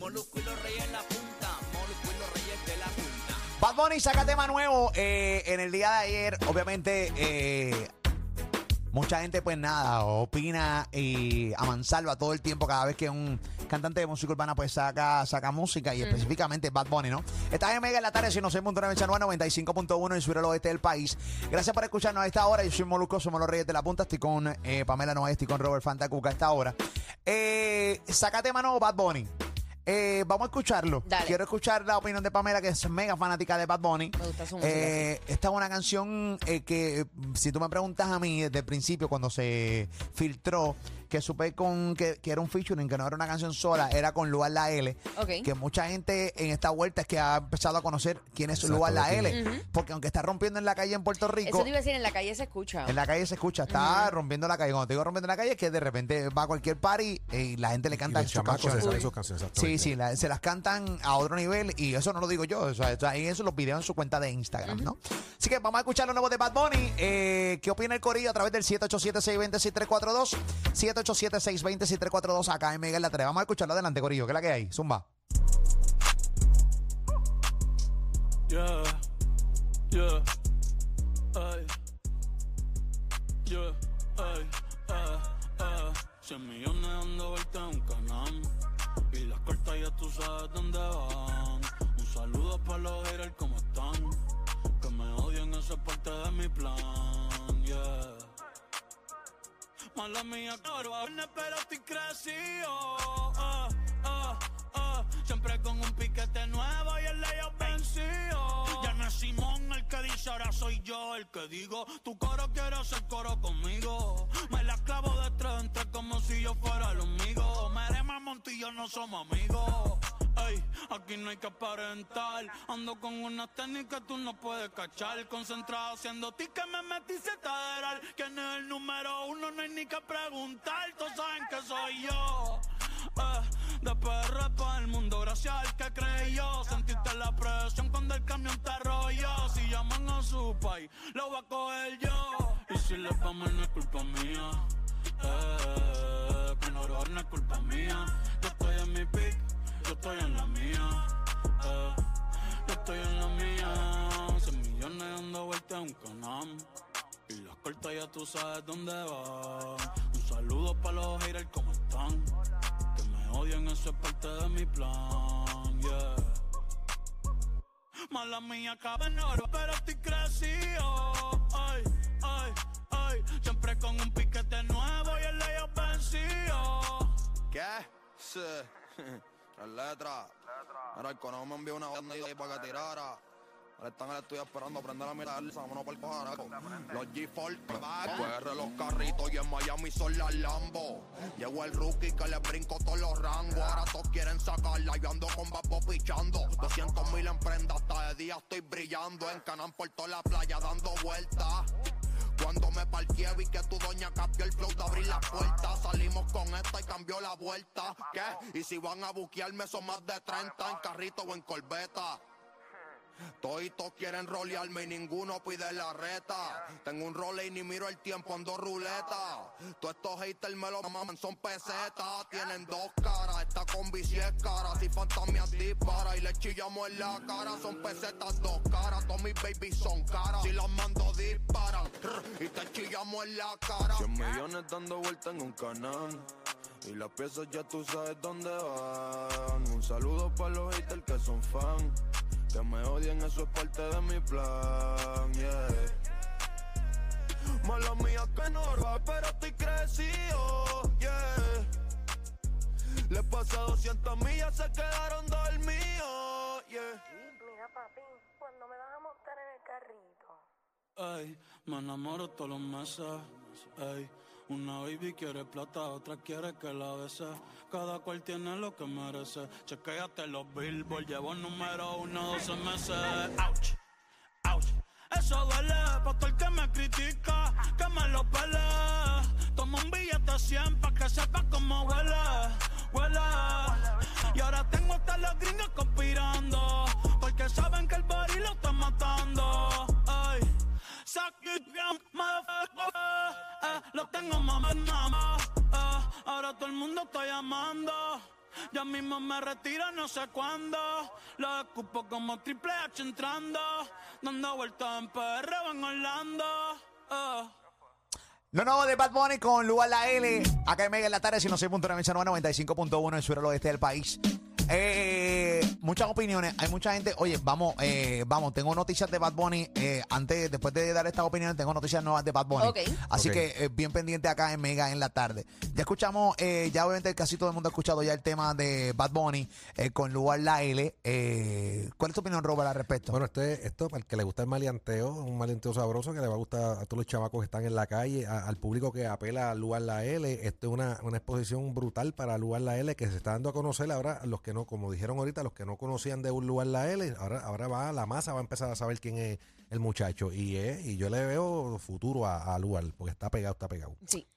Molusco y los Reyes en la punta. Molusco y los Reyes de la punta. Bad Bunny saca tema nuevo en el día de ayer. Obviamente, mucha gente, pues nada, opina y a mansalva todo el tiempo cada vez que un cantante de música urbana pues saca música y específicamente Bad Bunny, ¿no? Estás en Mega en la tarde, si no sé, punto 95.1 en sur el oeste del país. Gracias por escucharnos a esta hora. Yo soy Molusco, somos los Reyes de la Punta. Estoy con Pamela Noé, estoy con Robert Fantacuca a esta hora. Saca tema nuevo Bad Bunny. Vamos a escucharlo. Dale. Quiero escuchar la opinión de Pamela, que es mega fanática de Bad Bunny. Me gusta su música. Esta es una canción que, si tú me preguntas a mí desde el principio, cuando se filtró, que supe que era un featuring, que no era una canción sola, era con Lugar La L. Ok. Que mucha gente en esta vuelta es que ha empezado a conocer quién es Lugar La L. Porque aunque está rompiendo en la calle en Puerto Rico, Eso te iba a decir, en la calle se escucha. en la calle se escucha, está rompiendo la calle. Cuando te digo rompiendo la calle, es que de repente va a cualquier party y la gente le canta sus canciones. Sus canciones, Sí, exactamente. se las cantan a otro nivel y eso no lo digo yo. O sea, ahí eso los videos en su cuenta de Instagram, ¿no? Así que vamos a escuchar lo nuevo de Bad Bunny. ¿Qué opina el corillo a través del 787-620-6342? 787-620-6342 acá en Mega en la 3. Vamos a escucharlo adelante, corillo. ¿Qué es la que hay? Zumba. Yeah, yeah, ay, yeah, ay, 100 millones dando vueltas en un canal. Y las cortas ya tú sabes dónde van. Un saludo para los haters como están. Que me odian, eso es parte de mi plan, yeah. Mala mía, cabrón, pero estoy crecido. Siempre con un piquete nuevo y el ellos vencido. Ya no es Simón el que dice, ahora soy yo el que digo. Tu coro quiere hacer coro conmigo. Me la clavo de tres en tres como si yo fuera el amigo. Merema Montillo no somos amigos. Ey, aquí no hay que aparentar. Ando con una técnica que tú no puedes cachar. Concentrado haciendo ti que me metí cetaderal. ¿Quién es el número uno? No hay ni que preguntar. Todos saben que soy yo. De PR para el mundo, gracias al que creyó. Sentiste la presión cuando el camión te arrolló. Si llaman a su país, lo voy a coger yo. Y si le va mal no es culpa mía. Que no robar no es culpa mía. Yo estoy en mi pick, yo estoy en la mía. Yo estoy en la mía. 100 millones dando vueltas en un canal. Y las cortas ya tú sabes dónde van. Un saludo para los haters como están. Que me odian, eso es parte de mi plan, yeah. Mala mía, caben oro, pero estoy crecido. Ay, ay, ay. Siempre con un piquete nuevo y el ellos vencido. ¿Qué? Sí. Las letras. Ahora el cono me envió una banda ahí para que tirara. Ahora están en el estudio esperando prender la mirada. Vámonos por el cojaraco. Los G4 PR los carritos y en Miami son las Lambo. Llegó el rookie que le brinco todos los rangos. Ahora todos quieren sacarla. Yo ando con Bapo pichando. 200,000 en prenda. Hasta de día estoy brillando. En Canán por toda la playa dando vueltas. Cuando me parqué vi que tu doña cambió el flow de abrir las puertas. Salimos con esta y cambió la vuelta. ¿Qué? Y si van a buquearme son más de 30 en carrito o en corbeta. Toditos quieren rolearme y ninguno pide la reta. Tengo un role y ni miro el tiempo, ando ruleta. Todos estos haters me lo maman, son pesetas. Tienen dos caras, esta combi si es cara. Si fantasmias dispara y le chillamos en la cara. Son pesetas, dos caras, todos mis babies son caras. Si las mando disparan y te chillamos en la cara. 100 millones dando vuelta en un canal. Y las piezas ya tú sabes dónde van. Un saludo para los haters que son fan. Que me odien, eso es parte de mi plan, yeah. Mala mía que no roba, pero estoy crecido, yeah. Le pasé 200 millas, se quedaron dormidos, yeah. Mira, papi, ¿cuándo me vas a montar en el carrito? Ay, me enamoro todos los meses. Ay, una baby quiere plata, otra quiere que la bese. Cada cual tiene lo que merece. Chequéate los billboard, llevo número 1 12 meses. Ouch, ouch. Eso duele, pa' todo el que me critica, que me lo pele. Toma un billete 100 pa' que sepa cómo huele, huele. Y ahora tengo hasta los gringos conspirando, porque saben que el body lo está matando. Ay, suck it, motherfucker. Lo tengo mamá, ahora todo el mundo está llamando. Ya mismo me retiro, no sé cuándo. Lo escupo como Triple H entrando. Dando vueltas en PR o en Orlando. Lo nuevo de Bad Bunny con Lugar La L. Acá en Mega en la tarde, 106.9, 95.1 en el oeste del país. Muchas opiniones, hay mucha gente. Oye, vamos, tengo noticias de Bad Bunny. Después de dar estas opiniones, tengo noticias nuevas de Bad Bunny. Okay. Así que bien pendiente acá en Mega en la tarde. Ya escuchamos, ya obviamente casi todo el mundo ha escuchado ya el tema de Bad Bunny con Lugar La L. ¿Cuál es tu opinión, Robert, al respecto? Bueno, esto para el que le gusta el maleanteo, un maleanteo sabroso que le va a gustar a todos los chavacos que están en la calle, al público que apela al Lugar La L. Esto es una exposición brutal para Lugar La L que se está dando a conocer ahora. Los que no, como dijeron ahorita, los que no conocían de un Lugar La L, ahora la masa va a empezar a saber quién es el muchacho. Y yo le veo futuro a Lugar, porque está pegado. Sí.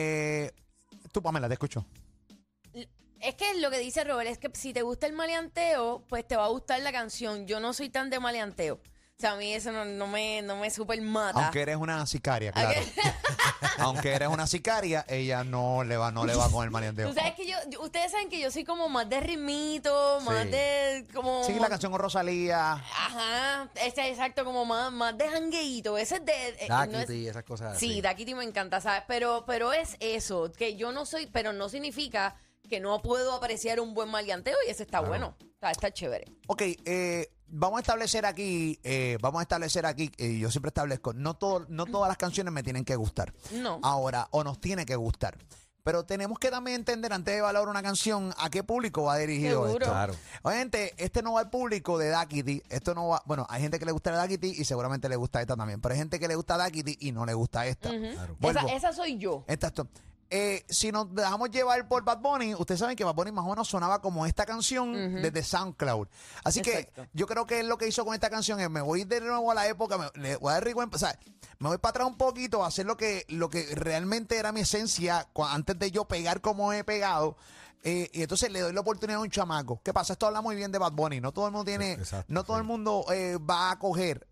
Tú, Pamela, te escucho. Es que lo que dice Robert es que si te gusta el maleanteo, pues te va a gustar la canción. Yo no soy tan de maleanteo. O sea, a mí eso no me super mata. Aunque eres una sicaria, claro. Aunque eres una sicaria, ella no le va con el maleanteo. Tú sabes que ustedes saben que yo soy como más de ritmito, más de como... Sí, la canción con Rosalía. Ajá, exacto, como más de jangueíto. Ese es de... Daquiti, esas cosas Sí, así. Daquiti me encanta, ¿sabes? Pero es eso, que yo no soy, pero no significa que no puedo apreciar un buen maleanteo y ese está bueno, está chévere. Ok, vamos a establecer aquí, yo siempre establezco, no todas las canciones me tienen que gustar. No. Ahora, o nos tiene que gustar. Pero tenemos que también entender, antes de valorar una canción, a qué público va dirigido Seguro. esto. Claro. Oye, gente, este no va al público de Daquiti. Esto no va... Bueno, hay gente que le gusta Daquiti y seguramente le gusta esta también. Pero hay gente que le gusta Daquiti y no le gusta esta. Claro. Vuelvo. Esa soy yo. Exacto. Si nos dejamos llevar por Bad Bunny, ustedes saben que Bad Bunny más o menos sonaba como esta canción desde SoundCloud. Así Exacto. que yo creo que lo que hizo con esta canción es, me voy de nuevo a la época, le voy a dar o sea, me voy para atrás un poquito a hacer lo que realmente era mi esencia antes de yo pegar como he pegado. Y entonces le doy la oportunidad a un chamaco. ¿Qué pasa? Esto habla muy bien de Bad Bunny. No todo el mundo tiene, Exacto, no todo el mundo va a coger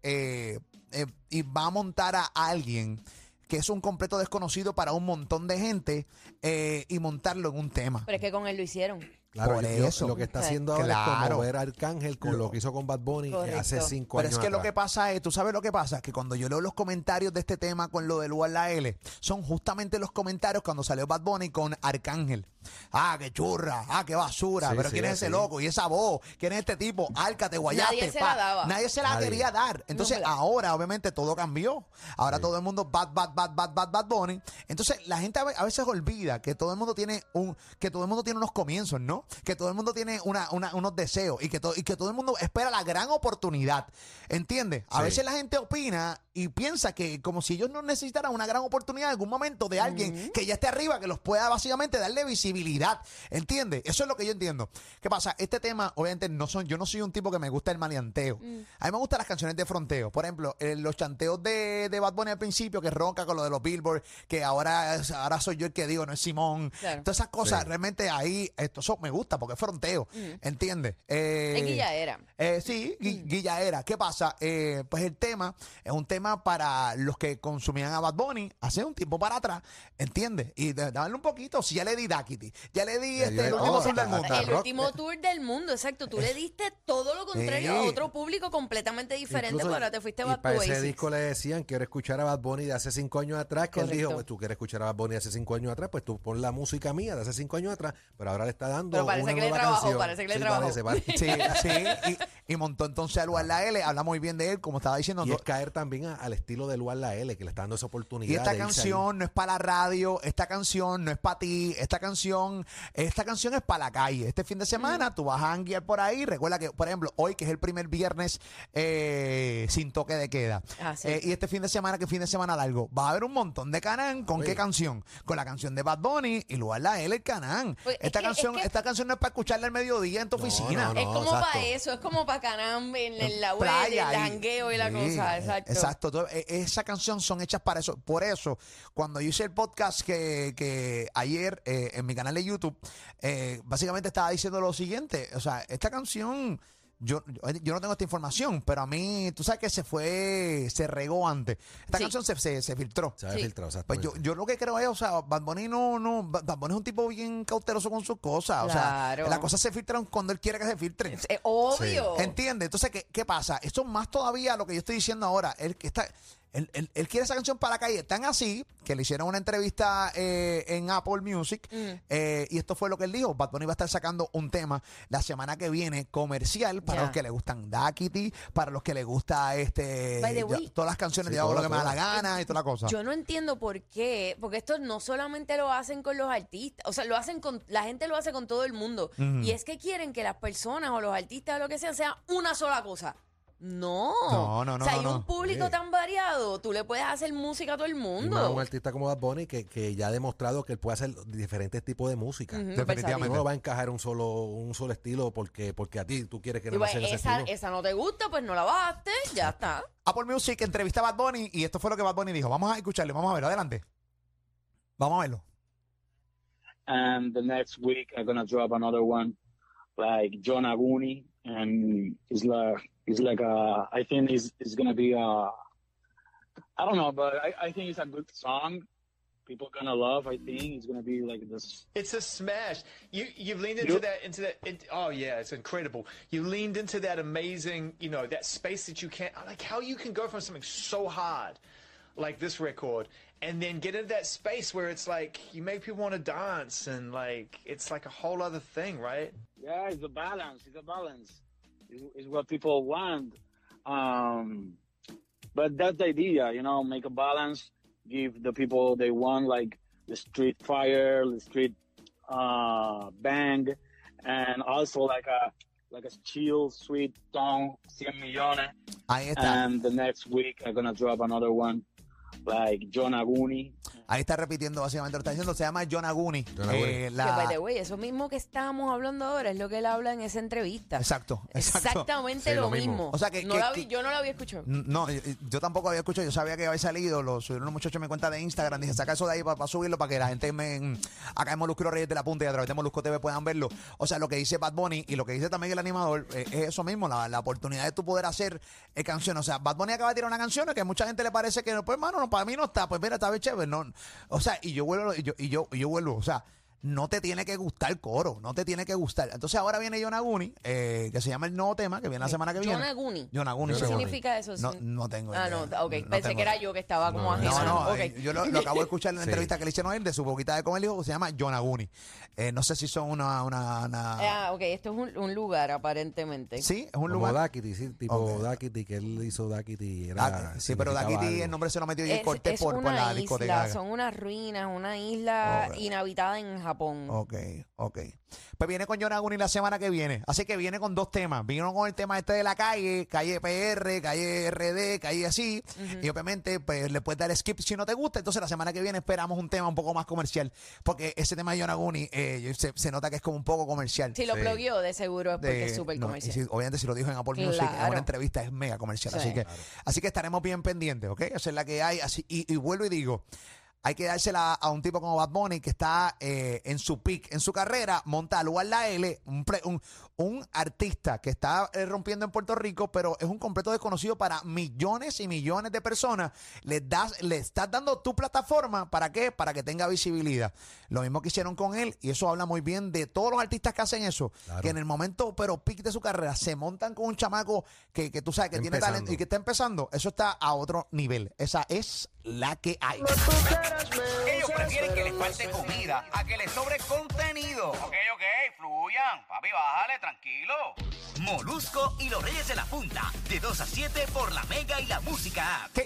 y va a montar a alguien que es un completo desconocido para un montón de gente y montarlo en un tema. Pero es que con él lo hicieron. Claro, Por yo- eso. lo que está Sí. haciendo ahora es Claro. como ver a Arcángel con lo que hizo con Bad Bunny Correcto. hace 5 Pero años es que lo atrás. que pasa es, tú sabes lo que pasa, que cuando yo leo los comentarios de este tema con lo de Lugar La L, son justamente los comentarios cuando salió Bad Bunny con Arcángel. Ah, qué churra, ah, qué basura, Sí, pero sí, ¿quién es ese sí. loco? Y esa voz, ¿quién es este tipo? Álcate, guayate. Nadie se la daba. Nadie se la Nadie. quería dar. Entonces No, ahora, obviamente, todo cambió. Ahora todo el mundo Bad Bunny. Entonces la gente a veces olvida que todo el mundo tiene unos comienzos, ¿no? Que todo el mundo tiene unos deseos y que todo el mundo espera la gran oportunidad. ¿Entiendes? A Sí. veces la gente opina y piensa que como si ellos no necesitaran una gran oportunidad en algún momento de alguien que ya esté arriba, que los pueda básicamente darle visibilidad. ¿Entiendes? Eso es lo que yo entiendo. ¿Qué pasa? Este tema, obviamente, yo no soy un tipo que me gusta el maleanteo. A mí me gustan las canciones de fronteo. Por ejemplo, los chanteos de Bad Bunny al principio, que ronca con lo de los Billboard, que ahora soy yo el que digo, no es Simón. Claro. Todas esas cosas, Sí. realmente ahí, eso me gusta porque es fronteo. ¿Entiendes? Es guillaera. Sí, guillaera. ¿Qué pasa? Pues el tema es un tema para los que consumían a Bad Bunny hace un tiempo para atrás, ¿entiendes? Y darle un poquito, si ya le di Daquiti, ya le di Le dio el de último todo, tour del hasta- mundo. hasta El rock. último tour del mundo, exacto. Tú le diste todo lo contrario Sí. a otro público completamente diferente, Incluso- pero ahora te fuiste y back to para ese basics. disco le decían, quiero escuchar a Bad Bunny de hace 5 años atrás, que él Correcto. dijo, pues tú quieres escuchar a Bad Bunny de hace 5 años atrás, pues tú pon la música mía de hace 5 años atrás, pero ahora le está dando Pero parece una que le nueva trabajó, canción. parece que le Sí, trabajó. parece. Sí, sí, y montó entonces a Lugar La L, habla muy bien de él, como estaba diciendo. Y es caer también al estilo de Lugar La L, que le está dando esa oportunidad. Y esta de irse canción no es para la radio, esta canción no es para ti, esta canción es para la calle. Este fin de semana tú vas a janguear por ahí. Recuerda que, por ejemplo, hoy que es el primer viernes sin toque de queda. Ah, sí. Y este fin de semana, que fin de semana largo, va a haber un montón de Canán. ¿Con Oye. qué canción? Con la canción de Bad Bunny y Lugar La L, el Canán. Oye, Esta es que- esta canción no es para escucharla al mediodía en tu No, oficina. no, Es como exacto. para eso, es como para Canam en la web, Playa el y- jangueo y la sí, cosa, exacto. Exacto. Esa canción son hechas para eso. Por eso, cuando yo hice el podcast que ayer en mi canal de YouTube, básicamente estaba diciendo lo siguiente. O sea, esta canción yo no tengo esta información, pero a mí, tú sabes que se regó antes. Esta Sí. canción se filtró. Se había Sí. filtrado, Pues exactamente. yo lo que creo es, o sea, Bad Bunny Bad Bunny es un tipo bien cauteloso con sus cosas. O Claro. sea, las cosas se filtran cuando él quiere que se filtren. Obvio. ¿Entiendes? Entonces, ¿qué pasa? Esto más todavía lo que yo estoy diciendo ahora. Él quiere esa canción para la calle. Tan así que le hicieron una entrevista en Apple Music. Y esto fue lo que él dijo. Bad Bunny va a estar sacando un tema la semana que viene comercial para Ya. los que le gustan Daquiti, para los que le gusta By the way, todas las canciones Sí, de Hago lo que me da la todas. gana y toda la cosa. Yo no entiendo por qué, porque esto no solamente lo hacen con los artistas, o sea, la gente lo hace con todo el mundo. Y es que quieren que las personas o los artistas o lo que sean una sola cosa. No. No, O sea, hay no. un público Sí. tan variado, tú le puedes hacer música a todo el Y más mundo. un artista como Bad Bunny que ya ha demostrado que él puede hacer diferentes tipos de música. Ujú, Definitivamente. No lo va a encajar un solo estilo porque a ti tú quieres que Y no pues, sea ese esa, estilo. esa no te gusta, pues no la bajaste, ya está. Apple Music entrevista a Bad Bunny y esto fue lo que Bad Bunny dijo. Vamos a escucharle, vamos a verlo. Adelante. Vamos a verlo. And the next week I'm gonna drop another one, like John Aguni, and I think it's gonna be I don't know, but I think it's a good song. People gonna love. I think it's gonna be like this. It's a smash. You've leaned Yep. into that. Oh yeah, it's incredible. You leaned into that amazing, that space that you can't. Like how you can go from something so hard, like this record, and then get into that space where it's like you make people want to dance, and like it's like a whole other thing, right? Yeah, it's a balance. It's a balance. It's what people want. But that's the idea, make a balance, give the people they want, like the street fire, the street bang, and also like a chill, sweet song, 100 millones. Ahí está. And the next week I'm gonna drop another one, like John Aguni. Ahí está repitiendo básicamente lo está diciendo. Se llama John Aguni. John Aguni. Que, by the way, eso mismo que estábamos hablando ahora es lo que él habla en esa entrevista. Exacto. Exactamente Sí, lo lo mismo. mismo. O sea que- No que- la que- yo no la había escuchado. No, yo tampoco había escuchado. Yo sabía que había salido. Lo subieron unos muchachos en mi cuenta de Instagram. Dije, saca eso de ahí para subirlo para que la gente acá en Molusco y los Reyes de la Punta y a través de Molusco TV puedan verlo. O sea, lo que dice Bad Bunny y lo que dice también el animador es eso mismo, la oportunidad de tú poder hacer canciones. O sea, Bad Bunny acaba de tirar una canción que a mucha gente le parece que, pues, hermano, no, para mí no está. Pues mira, está bien chévere. No, o sea, y yo vuelvo, o sea, no te tiene que gustar el coro, no te tiene que gustar. Entonces ahora viene John Aguni, que se llama el nuevo tema, que viene la semana que viene. John Aguni. John Aguni. ¿Qué se llama. significa eso? No tengo Ah, idea. no, ok. No Pensé tengo que era idea. yo que estaba como ajeno. No, Ok. yo lo acabo de escuchar en la Sí. entrevista que le hicieron a él de su boquita de comer, dijo, se llama John Aguni. No sé si son una Ah, ok, esto es un lugar aparentemente. sí, es un Como lugar. Daquiti, sí, tipo Ok. Daquiti, que él hizo Daquiti. Sí, pero Daquiti el nombre se lo metió y Cortés por la una discoteca. isla, son unas ruinas, una isla Ok. inhabitada en Japón. Ok. Pues viene con John Aguni la semana que viene. Así que viene con dos temas. Vino con el tema este de la calle PR, calle RD, calle así. Y obviamente, pues le puedes dar skip si no te gusta. Entonces la semana que viene esperamos un tema un poco más comercial. Porque ese tema de John Aguni se nota que es como un poco comercial. Si lo plugueó, de seguro es porque es súper no, y comercial. si- obviamente si lo dijo en Apple Music en Claro. una entrevista es mega comercial. Sí. Así que estaremos bien pendientes, ¿ok? Esa es la que hay. Así, y vuelvo y digo, hay que dársela a un tipo como Bad Bunny que está en su peak, en su carrera, monta al lugar la L, un artista que está rompiendo en Puerto Rico, pero es un completo desconocido para millones y millones de personas. Le estás dando tu plataforma, ¿para qué? Para que tenga visibilidad. Lo mismo que hicieron con él, y eso habla muy bien de todos los artistas que hacen eso, Claro. que en el momento, pero peak de su carrera, se montan con un chamaco que tú sabes que tiene Empezando. talento y que está empezando. Eso está a otro nivel. Esa es la que hay. Ellos prefieren que les falte comida a que les sobre contenido. Ok, fluyan. Papi, bájale, tranquilo. Molusco y los Reyes de la Punta, de 2 a 7 por La Mega y la Música App.